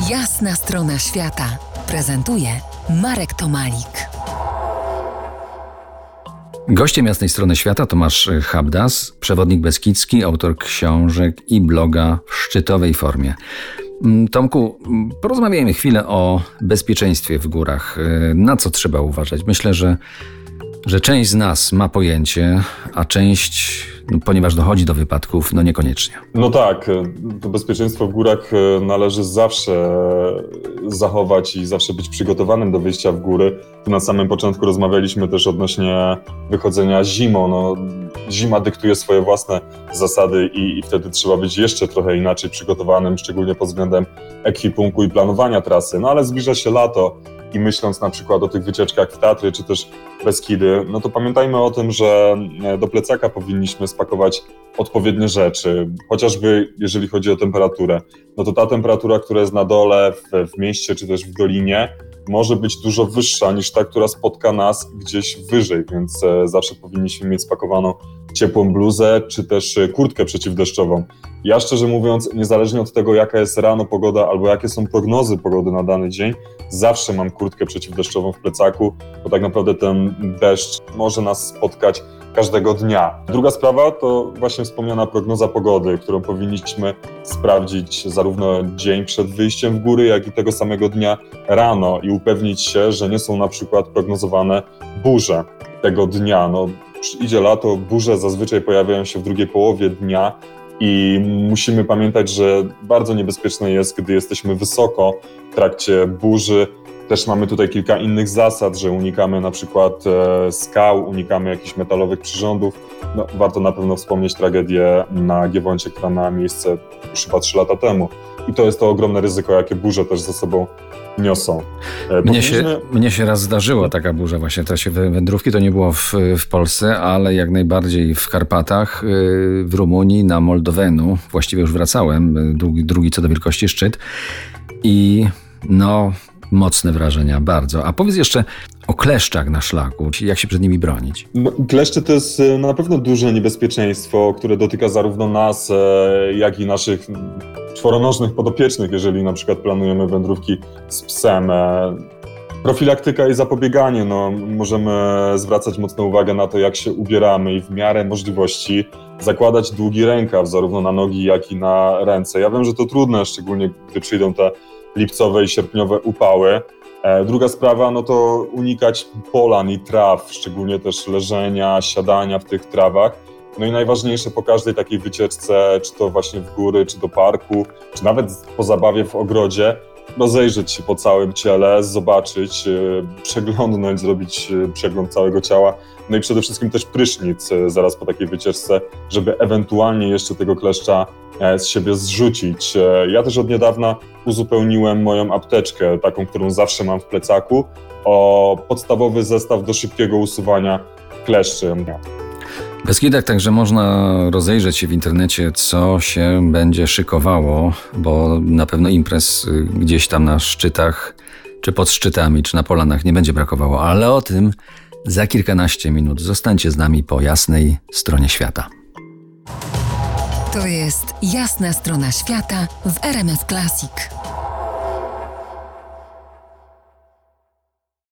Jasna strona świata prezentuje Marek Tomalik. Gościem Jasnej Strony Świata Tomasz Habdas, przewodnik beskidzki, autor książek i bloga w szczytowej formie. Tomku, porozmawiajmy chwilę o bezpieczeństwie w górach. Na co trzeba uważać? Myślę, że część z nas ma pojęcie, a część, ponieważ dochodzi do wypadków, niekoniecznie. No tak, to bezpieczeństwo w górach należy zawsze zachować i zawsze być przygotowanym do wyjścia w góry. Tu na samym początku rozmawialiśmy też odnośnie wychodzenia zimą. Zima dyktuje swoje własne zasady i wtedy trzeba być jeszcze trochę inaczej przygotowanym, szczególnie pod względem ekwipunku i planowania trasy. Ale zbliża się lato. I myśląc na przykład o tych wycieczkach w Tatry czy też Beskidy, to pamiętajmy o tym, że do plecaka powinniśmy spakować odpowiednie rzeczy, chociażby jeżeli chodzi o temperaturę. To ta temperatura, która jest na dole, w mieście czy też w dolinie, może być dużo wyższa niż ta, która spotka nas gdzieś wyżej, więc zawsze powinniśmy mieć spakowaną ciepłą bluzę czy też kurtkę przeciwdeszczową. Ja szczerze mówiąc, niezależnie od tego, jaka jest rano pogoda albo jakie są prognozy pogody na dany dzień, zawsze mam kurtkę przeciwdeszczową w plecaku, bo tak naprawdę ten deszcz może nas spotkać każdego dnia. Druga sprawa to właśnie wspomniana prognoza pogody, którą powinniśmy sprawdzić zarówno dzień przed wyjściem w góry, jak i tego samego dnia rano i upewnić się, że nie są na przykład prognozowane burze tego dnia. Idzie lato, burze zazwyczaj pojawiają się w drugiej połowie dnia i musimy pamiętać, że bardzo niebezpieczne jest, gdy jesteśmy wysoko w trakcie burzy. Też mamy tutaj kilka innych zasad, że unikamy na przykład skał, unikamy jakichś metalowych przyrządów. Warto na pewno wspomnieć tragedię na Giewoncie, która miała miejsce już chyba 3 lata temu. I to jest to ogromne ryzyko, jakie burze też ze sobą niosą. Mnie się raz zdarzyła taka burza właśnie w trakcie wędrówki. To nie było w Polsce, ale jak najbardziej w Karpatach, w Rumunii, na Moldowenu. Właściwie już wracałem, drugi co do wielkości szczyt. I mocne wrażenia, bardzo. A powiedz jeszcze o kleszczach na szlaku. Jak się przed nimi bronić? Kleszcze to jest na pewno duże niebezpieczeństwo, które dotyka zarówno nas, jak i naszych czworonożnych podopiecznych, jeżeli na przykład planujemy wędrówki z psem. Profilaktyka i zapobieganie. Możemy zwracać mocną uwagę na to, jak się ubieramy i w miarę możliwości zakładać długi rękaw, zarówno na nogi, jak i na ręce. Ja wiem, że to trudne, szczególnie gdy przyjdą te lipcowe i sierpniowe upały. Druga sprawa, to unikać polan i traw, szczególnie też leżenia, siadania w tych trawach. I najważniejsze po każdej takiej wycieczce, czy to właśnie w góry, czy do parku, czy nawet po zabawie w ogrodzie, rozejrzeć się po całym ciele, zobaczyć, przeglądnąć, zrobić przegląd całego ciała. I przede wszystkim też prysznic zaraz po takiej wycieczce, żeby ewentualnie jeszcze tego kleszcza z siebie zrzucić. Ja też od niedawna uzupełniłem moją apteczkę, taką, którą zawsze mam w plecaku, o podstawowy zestaw do szybkiego usuwania kleszczy. W Beskidach także można rozejrzeć się w internecie, co się będzie szykowało, bo na pewno imprez gdzieś tam na szczytach, czy pod szczytami, czy na polanach nie będzie brakowało, ale o tym za kilkanaście minut. Zostańcie z nami po Jasnej Stronie Świata. To jest Jasna Strona Świata w RMF Classic.